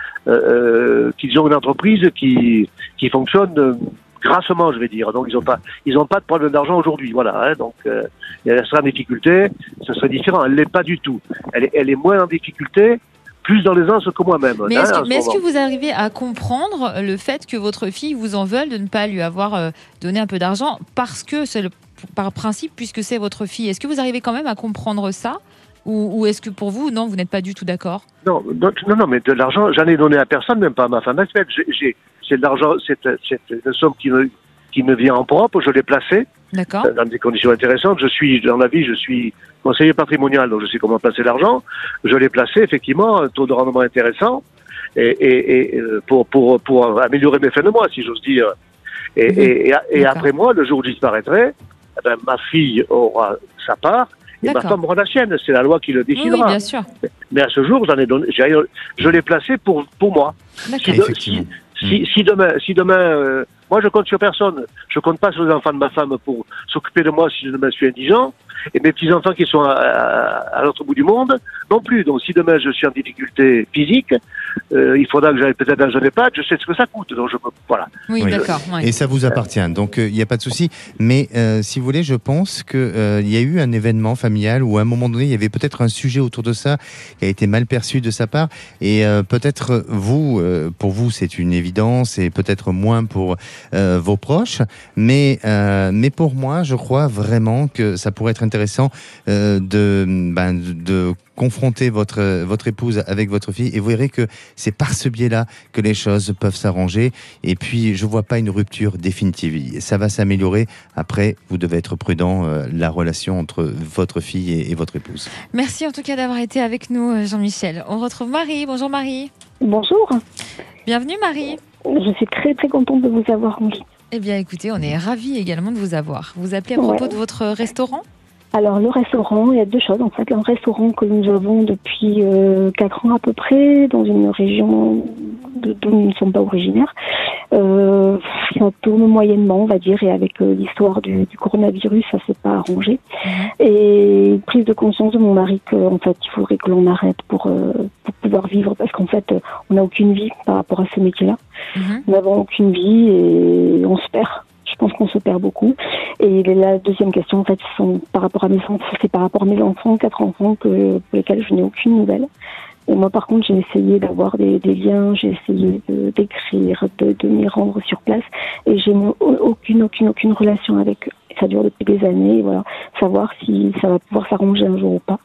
euh, qu'ils ont une entreprise qui, qui fonctionne euh, grassement, je vais dire. Donc, ils n'ont pas, ils ont pas de problème d'argent aujourd'hui, voilà. Hein, donc, euh, elle sera en difficulté, ce serait différent. Elle l'est pas du tout. Elle est, elle est moins en difficulté. Plus dans l'aisance que moi-même. Mais hein, est-ce que, en ce mais est-ce que moment. vous arrivez à comprendre le fait que votre fille vous en veuille de ne pas lui avoir euh, donné un peu d'argent parce que c'est le, par principe, puisque c'est votre fille. Est-ce que vous arrivez quand même à comprendre ça ou, ou est-ce que pour vous, non, vous n'êtes pas du tout d'accord ? Non, non, non, non, mais de l'argent, j'en ai donné à personne, même pas à ma femme actuelle. J'ai, j'ai, c'est de l'argent, c'est, c'est une somme qui me, qui me vient en propre, je l'ai placée D'accord. dans des conditions intéressantes. Je suis, dans la vie, je suis conseiller patrimonial, donc je sais comment placer l'argent. Je l'ai placé, effectivement, un taux de rendement intéressant, et, et, et pour, pour, pour améliorer mes fins de mois, si j'ose dire. Et, Mhm. et, et, et D'accord. après moi, le jour où je disparaîtrai, eh ben, ma fille aura sa part, et ma D'accord. femme aura la sienne. C'est la loi qui le Oui, décidera. oui, bien sûr. Mais à ce jour, j'en ai donné, j'ai, je l'ai placé pour, pour moi. D'accord. Si, de- Effectivement. si, si, si demain, si demain, euh, moi je compte sur personne. Je compte pas sur les enfants de ma femme pour s'occuper de moi si je demain suis indigent. Et mes petits enfants qui sont à, à, à l'autre bout du monde non plus. Donc si demain je suis en difficulté physique, euh, il faudra que j'aille peut-être dans un EHPAD. Je sais ce que ça coûte. Donc je me, voilà. Oui, Oui. d'accord. ouais. Et ça vous appartient, donc il n'y a pas de souci. Mais euh, si vous voulez, je pense qu'il euh, y a eu un événement familial où à un moment donné, il y avait peut-être un sujet autour de ça qui a été mal perçu de sa part. Et euh, peut-être vous, euh, pour vous, c'est une évidence et peut-être moins pour euh, vos proches. Mais, euh, mais pour moi, je crois vraiment que ça pourrait être intéressant euh, de, ben, de, de confronter votre, votre épouse avec votre fille, et vous verrez que c'est par ce biais-là que les choses peuvent s'arranger. Et puis, je ne vois pas une rupture définitive. Ça va s'améliorer. Après, vous devez être prudent, euh, la relation entre votre fille et, et votre épouse. Merci en tout cas d'avoir été avec nous, Jean-Michel. On retrouve Marie. Bonjour Marie. Bonjour, Bienvenue Marie. je suis très très contente de vous avoir en ligne. Eh bien écoutez, on est ravis également de vous avoir. Vous appelez à Ouais. propos de votre restaurant ? Alors le restaurant, il y a deux choses en fait. Un restaurant que nous avons depuis euh, quatre ans à peu près, dans une région de- dont nous ne sommes pas originaires. Euh, ça tourne moyennement, on va dire, et avec euh, l'histoire du, du coronavirus, ça s'est pas arrangé. Mhm. Et prise de conscience de mon mari qu'en fait, il faudrait que l'on arrête pour, euh, pour pouvoir vivre, parce qu'en fait, euh, on n'a aucune vie par rapport à ce métier-là. Mhm. Nous n'avons aucune vie et on se perd. Je pense qu'on se perd beaucoup. Et la deuxième question, en fait, sont par rapport à mes enfants, c'est par rapport à mes enfants, quatre enfants que, pour lesquels je n'ai aucune nouvelle. Et moi, par contre, j'ai essayé d'avoir des, des liens, j'ai essayé de, d'écrire, de, de m'y rendre sur place, et j'ai mon, aucune, aucune, aucune relation avec eux. Ça dure depuis des années, et voilà, savoir si ça va pouvoir s'arranger un jour ou pas.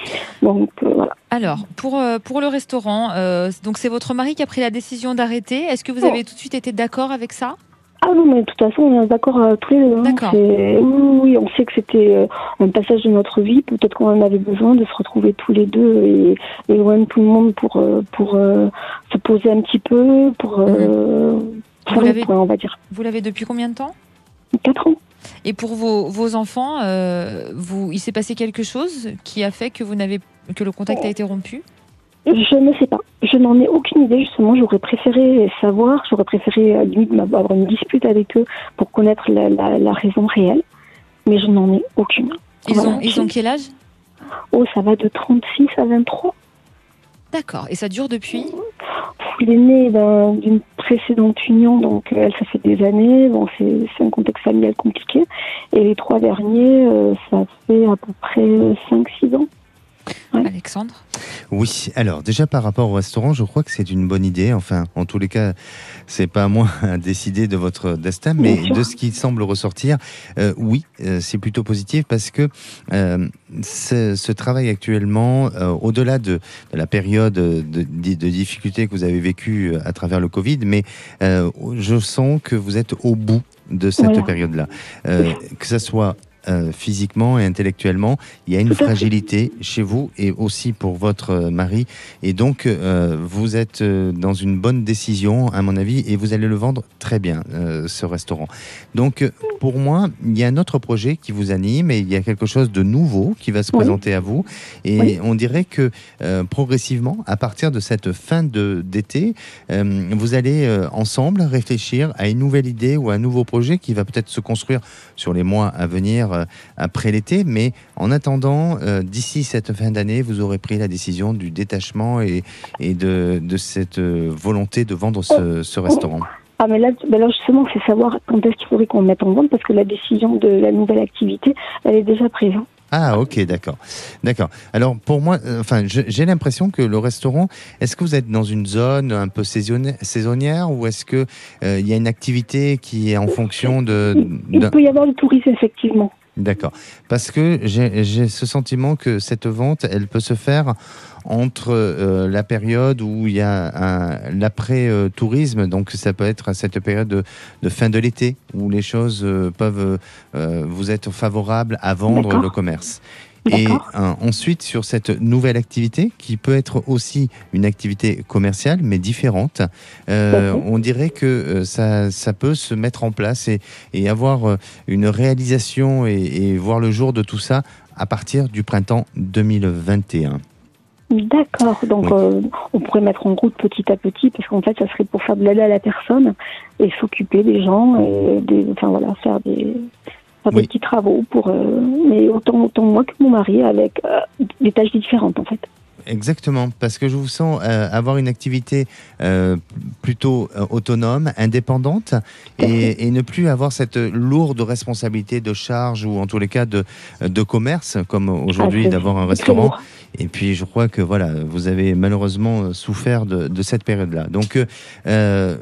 Donc euh, voilà. Alors, pour, euh, pour le restaurant, euh, donc c'est votre mari qui a pris la décision d'arrêter. Est-ce que vous avez tout de suite été d'accord avec ça ? Ah non, mais de toute façon, on est d'accord euh, tous les deux. Hein. D'accord. C'est... Oui, oui, on sait que c'était euh, un passage de notre vie. Peut-être qu'on en avait besoin de se retrouver tous les deux et, et loin de tout le monde pour, euh, pour euh, se poser un petit peu, pour euh, Vous faire le l'avez- point, on va dire. Vous l'avez depuis combien de temps ? Quatre ans. Et pour vos, vos enfants, euh, vous, il s'est passé quelque chose qui a fait que, vous n'avez, que le contact a été rompu ? Je ne sais pas. Je n'en ai aucune idée. Justement, j'aurais préféré savoir. J'aurais préféré à la limite avoir une dispute avec eux pour connaître la, la, la raison réelle. Mais je n'en ai aucune. Ils, Voilà. ont, ils ont quel âge ? Oh, ça va de trente-six à vingt-trois. D'accord. Et ça dure depuis ? Il est né d'un- d'une précédente union, donc euh, elle, ça fait des années. Bon, c'est, c'est un contexte familial compliqué. Et les trois derniers, euh, ça fait à peu près cinq six ans. Ouais. Alexandre ? Oui, alors déjà par rapport au restaurant, je crois que c'est une bonne idée. Enfin, en tous les cas, c'est pas à moi à décider de votre destin, mais Bien sûr. de ce qui semble ressortir, euh, oui, euh, c'est plutôt positif parce que euh, ce, ce travail actuellement, euh, au-delà de, de la période de, de, de difficultés que vous avez vécue à travers le Covid, mais euh, je sens que vous êtes au bout de cette Voilà. période-là. Euh, que ça soit Euh, physiquement et intellectuellement, il y a une Tout à fait. fragilité chez vous et aussi pour votre euh, mari. Et donc, euh, vous êtes euh, dans une bonne décision, à mon avis, et vous allez le vendre très bien, euh, ce restaurant. Donc, euh, pour moi, il y a un autre projet qui vous anime et il y a quelque chose de nouveau qui va se Oui. présenter à vous. Et Oui. on dirait que euh, progressivement, à partir de cette fin de, d'été, euh, vous allez euh, ensemble réfléchir à une nouvelle idée ou à un nouveau projet qui va peut-être se construire sur les mois à venir euh, après l'été. Mais en attendant, euh, d'ici cette fin d'année, vous aurez pris la décision du détachement et, et de, de cette euh, volonté de vendre ce, ce restaurant. Ah, mais là, ben là, justement, c'est savoir quand est-ce qu'il faudrait qu'on le mette en vente, parce que la décision de la nouvelle activité, elle est déjà prise. hein. Ah, ok, d'accord. D'accord. Alors, pour moi, euh, enfin, je- j'ai l'impression que le restaurant, est-ce que vous êtes dans une zone un peu saisonnière, saisonnière ou est-ce que euh, il y a une activité qui est en fonction de... Il d'un- peut y avoir du tourisme, effectivement. D'accord. Parce que j'ai j'ai ce sentiment que cette vente, elle peut se faire entre euh, la période où il y a un- l'après-tourisme, donc ça peut être à cette période de, de fin de l'été, où les choses euh, peuvent euh, vous être favorables à vendre D'accord. le commerce. Et D'accord. euh, ensuite, sur cette nouvelle activité, qui peut être aussi une activité commerciale, mais différente, euh, D'accord. on dirait que euh, ça, ça peut se mettre en place et, et avoir euh, une réalisation et, et voir le jour de tout ça à partir du printemps deux mille vingt et un. D'accord. Donc, Oui. euh, on pourrait mettre en route petit à petit, parce qu'en fait, ça serait pour faire de l'aide à la personne et s'occuper des gens et des, enfin voilà, faire des, faire Oui. des petits travaux pour, euh, mais autant, autant moi que mon mari, avec euh, des tâches différentes, en fait. Exactement, parce que je vous sens euh, avoir une activité euh, plutôt euh, autonome, indépendante, et, et ne plus avoir cette lourde responsabilité de charge ou en tous les cas de, de commerce, comme aujourd'hui Ah, c'est- d'avoir un c'est très restaurant. lourd. Et puis je crois que voilà, vous avez malheureusement souffert de, de cette période-là. Donc euh,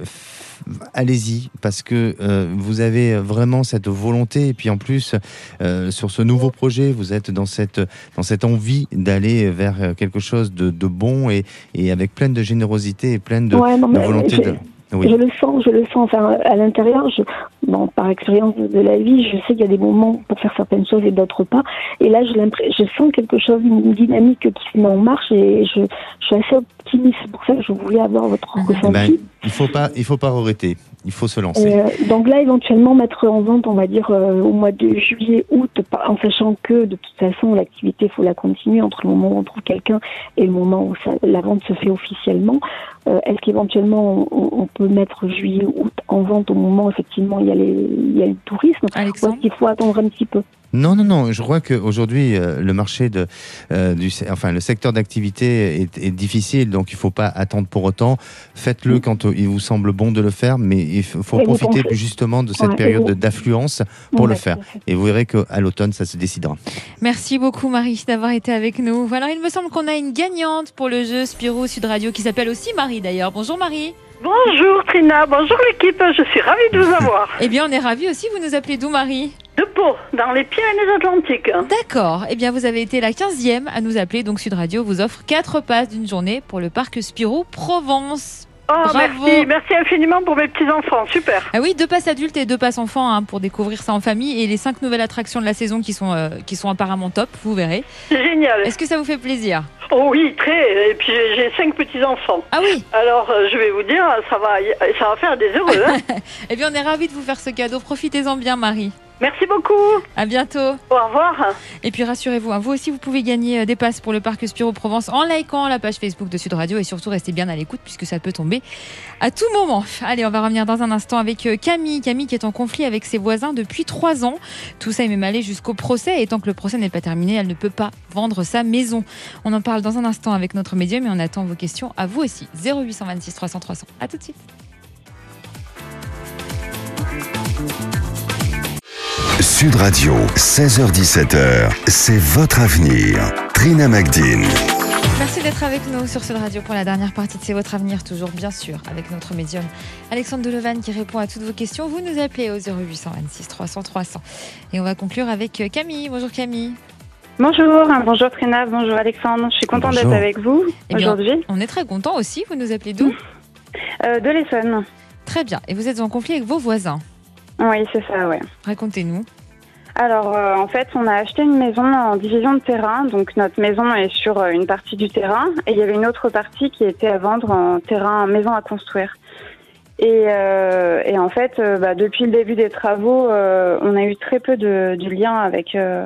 allez-y, parce que euh, vous avez vraiment cette volonté, et puis en plus euh, sur ce nouveau projet, vous êtes dans cette dans cette envie d'aller vers quelque chose de, de bon et, et avec plein de générosité et plein de, Ouais, non, de mais volonté j'ai- de. Oui. Je le sens, je le sens. Enfin, à l'intérieur, je, bon, par expérience de, de la vie, je sais qu'il y a des moments pour faire certaines choses et d'autres pas. Et là, je, je sens quelque chose, une dynamique qui se met en marche, et je, je suis assez optimiste. C'est pour ça que je voulais avoir votre Mhm. ressenti. Ben, il faut pas, il faut pas arrêter. Il faut se lancer. Et, euh, donc là, éventuellement, mettre en vente, on va dire, euh, au mois de juillet, août, en sachant que, de toute façon, l'activité, il faut la continuer entre le moment où on trouve quelqu'un et le moment où ça, la vente se fait officiellement. Euh, est-ce qu'éventuellement, on, on peut mettre juillet, août en vente au moment où effectivement il y a, les, il y a le tourisme. Alexandre ? Ou est-ce qu'il faut attendre un petit peu ? Non, non, non. Je crois qu'aujourd'hui, euh, le marché de, euh, du, enfin, le secteur d'activité est, est difficile, donc il ne faut pas attendre pour autant. Faites-le mmh. quand il vous semble bon de le faire, mais il faut et profiter plus justement de cette ouais, période d'affluence pour ouais, le faire. Et vous verrez qu'à l'automne, ça se décidera. Merci beaucoup, Marie, d'avoir été avec nous. Voilà, il me semble qu'on a une gagnante pour le jeu Spirou Sud Radio qui s'appelle aussi Marie d'ailleurs. Bonjour Marie. Bonjour Trina, bonjour l'équipe, je suis ravie de vous avoir. Eh bien, on est ravis aussi. Vous nous appelez d'où, Marie ? De Pau, dans les Pyrénées-Atlantiques. D'accord. Eh bien, vous avez été la quinzième à nous appeler. Donc, Sud Radio vous offre quatre passes d'une journée pour le parc Spirou Provence. Oh, Bravo. merci, merci infiniment pour mes petits-enfants, super. Ah oui, deux passes adultes et deux passes enfants hein, pour découvrir ça en famille et les cinq nouvelles attractions de la saison qui sont, euh, qui sont apparemment top, vous verrez. C'est génial. Est-ce que ça vous fait plaisir ? Oh oui, très. Et puis j'ai cinq petits-enfants. Ah oui. Alors, euh, je vais vous dire, ça va, ça va faire des heureux. Hein. Eh bien, on est ravis de vous faire ce cadeau. Profitez-en bien, Marie. Merci beaucoup. À bientôt. Au revoir. Et puis rassurez-vous, hein, vous aussi vous pouvez gagner des passes pour le parc Spirou Provence en likant la page Facebook de Sud Radio et surtout restez bien à l'écoute puisque ça peut tomber à tout moment. Allez, on va revenir dans un instant avec Camille. Camille qui est en conflit avec ses voisins depuis trois ans. Tout ça est même allé jusqu'au procès et tant que le procès n'est pas terminé, elle ne peut pas vendre sa maison. On en parle dans un instant avec notre médium et on attend vos questions à vous aussi. zéro huit deux six trois cents trois cents. À tout de suite. Sud Radio, seize heures dix-sept heures, c'est votre avenir. Trina Magdine. Merci d'être avec nous sur Sud Radio pour la dernière partie de C'est votre avenir, toujours bien sûr avec notre médium Alexandre Delevanne qui répond à toutes vos questions. Vous nous appelez au zéro huit deux six trois cents trois cents. Et on va conclure avec Camille. Bonjour Camille. Bonjour, bonjour Trina, bonjour Alexandre. Je suis contente d'être avec vous eh aujourd'hui. Bien, on est très content aussi. Vous nous appelez d'où ? euh, De l'Essonne. Très bien. Et vous êtes en conflit avec vos voisins ? Oui, c'est ça, ouais. Racontez-nous. Alors, euh, en fait, on a acheté une maison en division de terrain. Donc, notre maison est sur une partie du terrain. Et il y avait une autre partie qui était à vendre en terrain, maison à construire. Et, euh, et en fait, euh, bah, depuis le début des travaux, euh, on a eu très peu de, de liens avec, euh,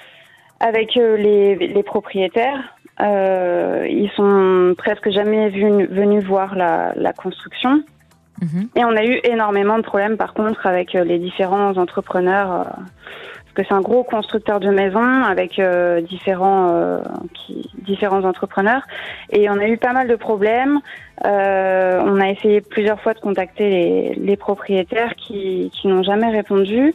avec euh, les, les propriétaires. Euh, ils sont presque jamais venus, venus voir la, la construction. Mmh. Et on a eu énormément de problèmes par contre avec euh, les différents entrepreneurs euh, parce que c'est un gros constructeur de maisons avec euh, différents euh, qui, différents entrepreneurs et on a eu pas mal de problèmes. Euh, on a essayé plusieurs fois de contacter les, les propriétaires qui, qui n'ont jamais répondu.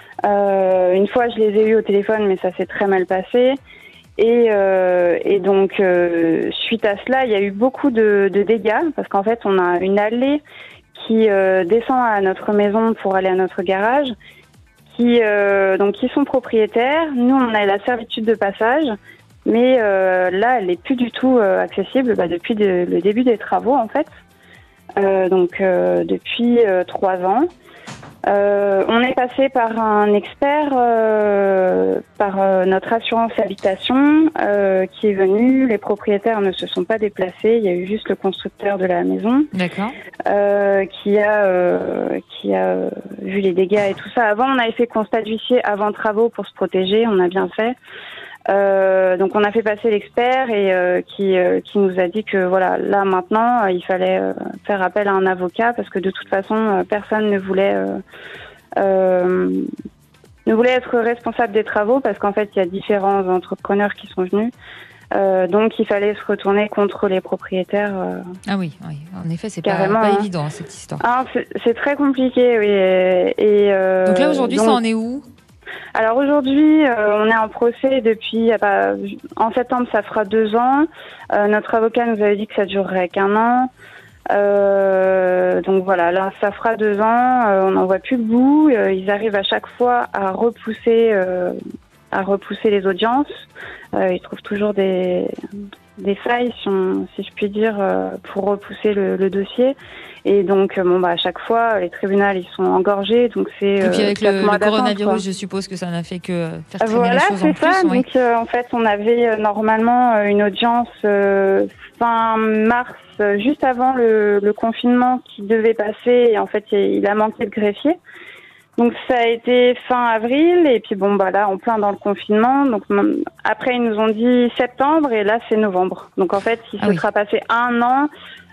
Euh, une fois je les ai eus au téléphone mais ça s'est très mal passé. Et, euh, et donc euh, suite à cela il y a eu beaucoup de, de dégâts parce qu'en fait on a une allée qui euh, descend à notre maison pour aller à notre garage, qui euh, donc qui sont propriétaires. Nous, on a la servitude de passage, mais euh, là, elle n'est plus du tout euh, accessible bah, depuis de, le début des travaux, en fait. Euh, donc, euh, depuis euh, trois ans. Euh, on est passé par un expert, euh, par euh, notre assurance habitation euh, qui est venu. Les propriétaires ne se sont pas déplacés. Il y a eu juste le constructeur de la maison, d'accord, euh, qui a euh, qui a euh, vu les dégâts et tout ça. Avant, on avait fait constat d'huissier avant travaux pour se protéger. On a bien fait. Euh, donc on a fait passer l'expert et euh, qui euh, qui nous a dit que voilà, là maintenant euh, il fallait euh, faire appel à un avocat parce que de toute façon euh, personne ne voulait euh, euh, ne voulait être responsable des travaux parce qu'en fait il y a différents entrepreneurs qui sont venus. Euh, donc il fallait se retourner contre les propriétaires. Euh, ah oui, oui, en effet c'est pas, pas hein. évident cette histoire. Ah, c'est, c'est très compliqué, oui. Et, et, euh, donc là aujourd'hui donc, ça en est où ? Alors aujourd'hui, euh, on est en procès depuis, euh, bah, en septembre, ça fera deux ans. Euh, notre avocat nous avait dit que ça durerait qu'un an. Euh, donc voilà, là, ça fera deux ans. Euh, on n'en voit plus le bout. Euh, ils arrivent à chaque fois à repousser, euh, à repousser les audiences. Euh, ils trouvent toujours des, des failles, si, on, si je puis dire, euh, pour repousser le, le dossier. Et donc, bon, bah, à chaque fois, les tribunaux, ils sont engorgés. Donc, c'est. Et puis, avec euh, le, le coronavirus, quoi. Je suppose que ça n'a fait que faire traîner voilà, les choses en plus. Voilà, c'est ça. Oui. Donc, euh, en fait, on avait euh, normalement une audience euh, fin mars, euh, juste avant le, le confinement qui devait passer. Et en fait, il a manqué de greffier. Donc, ça a été fin avril. Et puis, bon, bah là, en plein dans le confinement. Donc, après, ils nous ont dit septembre. Et là, c'est novembre. Donc, en fait, il ah se oui. sera passé un an.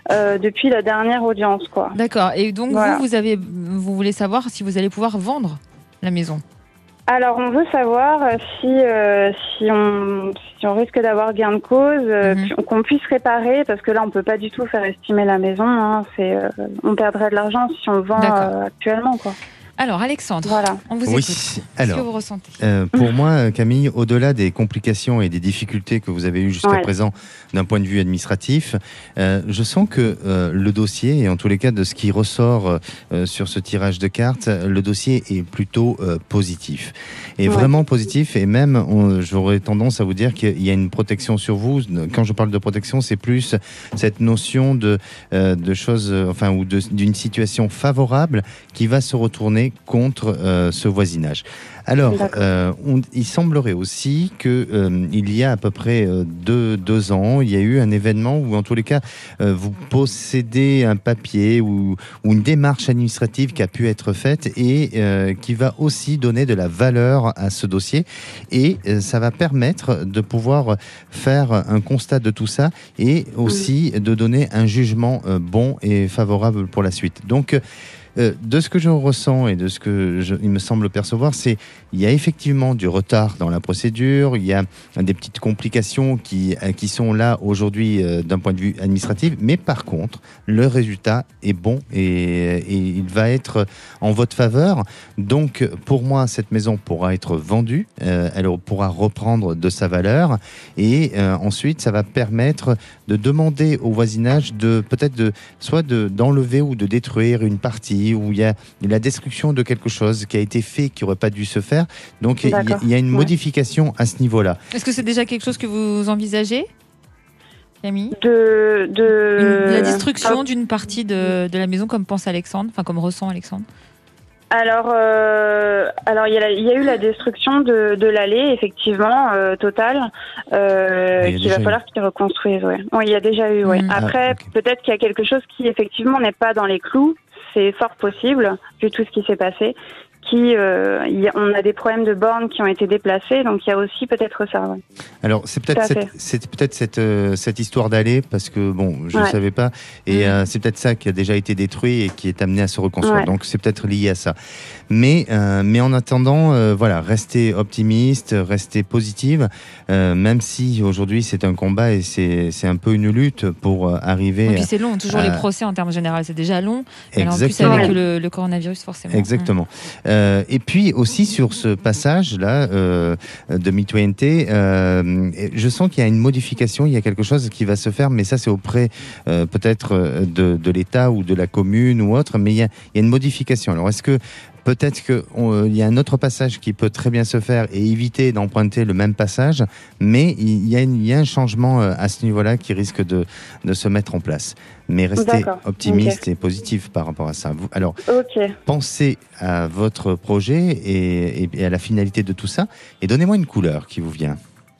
euh, depuis la dernière audience, quoi. D'accord. Et donc Voilà. vous, vous avez, vous voulez savoir si vous allez pouvoir vendre la maison. Alors, on veut savoir euh, si, euh, si, on, si on risque d'avoir gain de cause, euh, Mhm. puis- qu'on puisse réparer, parce que là, on peut pas du tout faire estimer la maison. Hein, c'est, euh, on perdrait de l'argent si on vend D'accord. euh, actuellement, quoi. Alors Alexandre, Voilà. on vous Oui, écoute. Qu'est-ce alors, que vous ressentez? Euh, pour moi, Camille, au-delà des complications et des difficultés que vous avez eues jusqu'à Ouais. présent d'un point de vue administratif, euh, je sens que euh, le dossier, et en tous les cas de ce qui ressort euh, sur ce tirage de cartes, le dossier est plutôt euh, positif. Et Ouais. vraiment positif, et même on- j'aurais tendance à vous dire qu'il y a une protection sur vous. Quand je parle de protection, c'est plus cette notion de, euh, de choses, euh, enfin, ou de- d'une situation favorable qui va se retourner contre euh, ce voisinage. Alors, D'accord. euh, on- il semblerait aussi que euh, il y a à peu près euh, deux, deux ans, il y a eu un événement où, en tous les cas, euh, vous possédez un papier ou, ou une démarche administrative qui a pu être faite et euh, qui va aussi donner de la valeur à ce dossier. Et euh, ça va permettre de pouvoir faire un constat de tout ça et aussi de donner un jugement euh, bon et favorable pour la suite. Donc, Euh, de ce que je ressens et de ce que je, il me semble percevoir, c'est il y a effectivement du retard dans la procédure, il y a des petites complications qui, euh, qui sont là aujourd'hui euh, d'un point de vue administratif, mais par contre, le résultat est bon et, et il va être en votre faveur. Donc, pour moi, cette maison pourra être vendue, euh, elle pourra reprendre de sa valeur et euh, ensuite, ça va permettre de demander au voisinage de peut-être de soit de, d'enlever ou de détruire une partie où il y a la destruction de quelque chose qui a été fait qui n'aurait pas dû se faire. Donc il y, a- D'accord. il y a une Ouais. modification à ce niveau-là. Est-ce que c'est déjà quelque chose que vous envisagez, Camille? De, de... Une- la destruction d'une partie de, de la maison, comme pense Alexandre, enfin comme ressent Alexandre. Alors, euh, alors il y, a la- il y a eu la destruction de, de l'allée, effectivement, euh, totale, euh, Ah, il y a qu'il va déjà falloir qu'ils reconstruisent. Ouais. Oui, il y a déjà eu. Ouais. Mhm. Après, Ah, ok. peut-être qu'il y a quelque chose qui, effectivement, n'est pas dans les clous. C'est fort possible, vu tout ce qui s'est passé. Qui, euh, il y a- on a des problèmes de bornes qui ont été déplacés, donc il y a aussi peut-être ça. Ouais. Alors c'est Tout peut-être à cette, fait. c'est peut-être cette, euh, cette histoire d'aller parce que bon je ne Ouais. savais pas et Mm. euh, c'est peut-être ça qui a déjà été détruit et qui est amené à se reconstruire. Ouais. Donc c'est peut-être lié à ça. Mais euh, mais en attendant euh, voilà restez optimiste, restez positive, euh, même si aujourd'hui c'est un combat et c'est c'est un peu une lutte pour euh, arriver. Et puis à- c'est long, toujours euh, les procès en termes généraux, c'est déjà long. Alors en plus Exactement. avec le, le coronavirus, forcément. Exactement. Euh, et puis aussi sur ce passage-là euh, de mitoyenneté, euh, je sens qu'il y a une modification, il y a quelque chose qui va se faire, mais ça c'est auprès euh, peut-être euh, de, de l'État ou de la commune ou autre, mais il y a, il y a une modification. Alors est-ce que peut-être qu'il y a un autre passage qui peut très bien se faire et éviter d'emprunter le même passage, mais il y a, une- il y a un changement euh, à ce niveau-là qui risque de, de se mettre en place. Mais restez D'accord. optimiste et positif par rapport à ça. Vous- Alors, Ok. pensez à votre projet et, et- et à la finalité de tout ça et donnez-moi une couleur qui vous vient.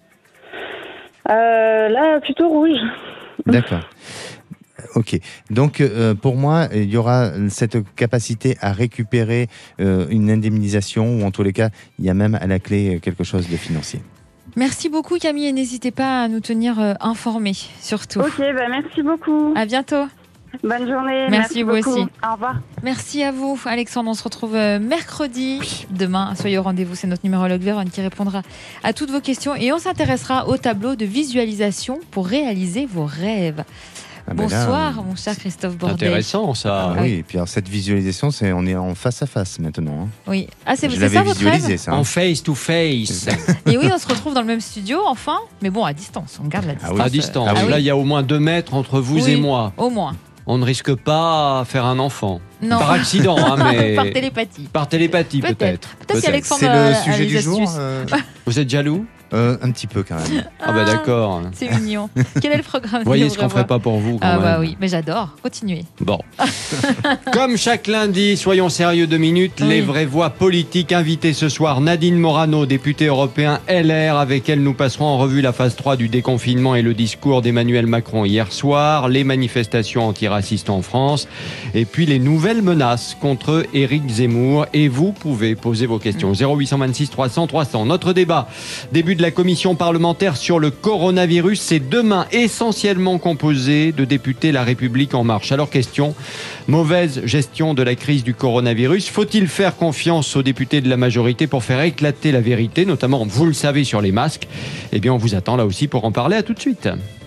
Euh, là, plutôt rouge. D'accord. Ok. Donc, euh, pour moi, il y aura cette capacité à récupérer euh, une indemnisation ou en tous les cas, il y a même à la clé quelque chose de financier. Merci beaucoup Camille et n'hésitez pas à nous tenir euh, informés, surtout. Ok, bah merci beaucoup. À bientôt. Bonne journée. Merci, vous beaucoup. aussi. Au revoir. Merci à vous, Alexandre. On se retrouve euh, mercredi. Demain, soyez au rendez-vous. C'est notre numérologue Véronne qui répondra à toutes vos questions. Et on s'intéressera au tableau de visualisation pour réaliser vos rêves. Ah ben là, Bonsoir, mon cher Christophe Bordet. Intéressant ça. Ah oui, et puis alors, cette visualisation, c'est on est en face à face maintenant. hein. Oui. Ah, c'est Je c'est l'avais ça votre visualisé rêve ça. hein. En face to face. Et oui, on se retrouve dans le même studio, enfin. Mais bon, à distance. On garde la distance. oui. À distance. Ah oui. Là, il y a au moins deux mètres entre vous Oui. et moi. Au moins. On ne risque pas à faire un enfant. Non. Par accident, hein, mais. Par télépathie. Par télépathie, Peut-être. peut-être. Peut-être qu'Alexandre C'est a- le a sujet les du jour. astuces. euh, Vous êtes jaloux euh, un petit peu quand même. Ah, bah d'accord. C'est mignon. Quel est le programme Vous voyez de ce qu'on Vraie Voix ferait pas pour vous quand Ah même. bah oui, mais j'adore. Continuez. Bon. Comme chaque lundi, soyons sérieux deux minutes. Oui. Les vraies voix politiques invitées ce soir. Nadine Morano, députée européen L R. Avec elle, nous passerons en revue la phase trois du déconfinement et le discours d'Emmanuel Macron hier soir. Les manifestations antiracistes en France. Et puis les nouvelles nouvelle menace contre Éric Zemmour et vous pouvez poser vos questions. zéro huit cent vingt-six trois cents trois cents. Notre débat, début de la commission parlementaire sur le coronavirus, c'est demain, essentiellement composé de députés La République En Marche. Alors question, mauvaise gestion de la crise du coronavirus. Faut-il faire confiance aux députés de la majorité pour faire éclater la vérité, notamment, vous le savez, sur les masques? Eh bien, on vous attend là aussi pour en parler. À tout de suite.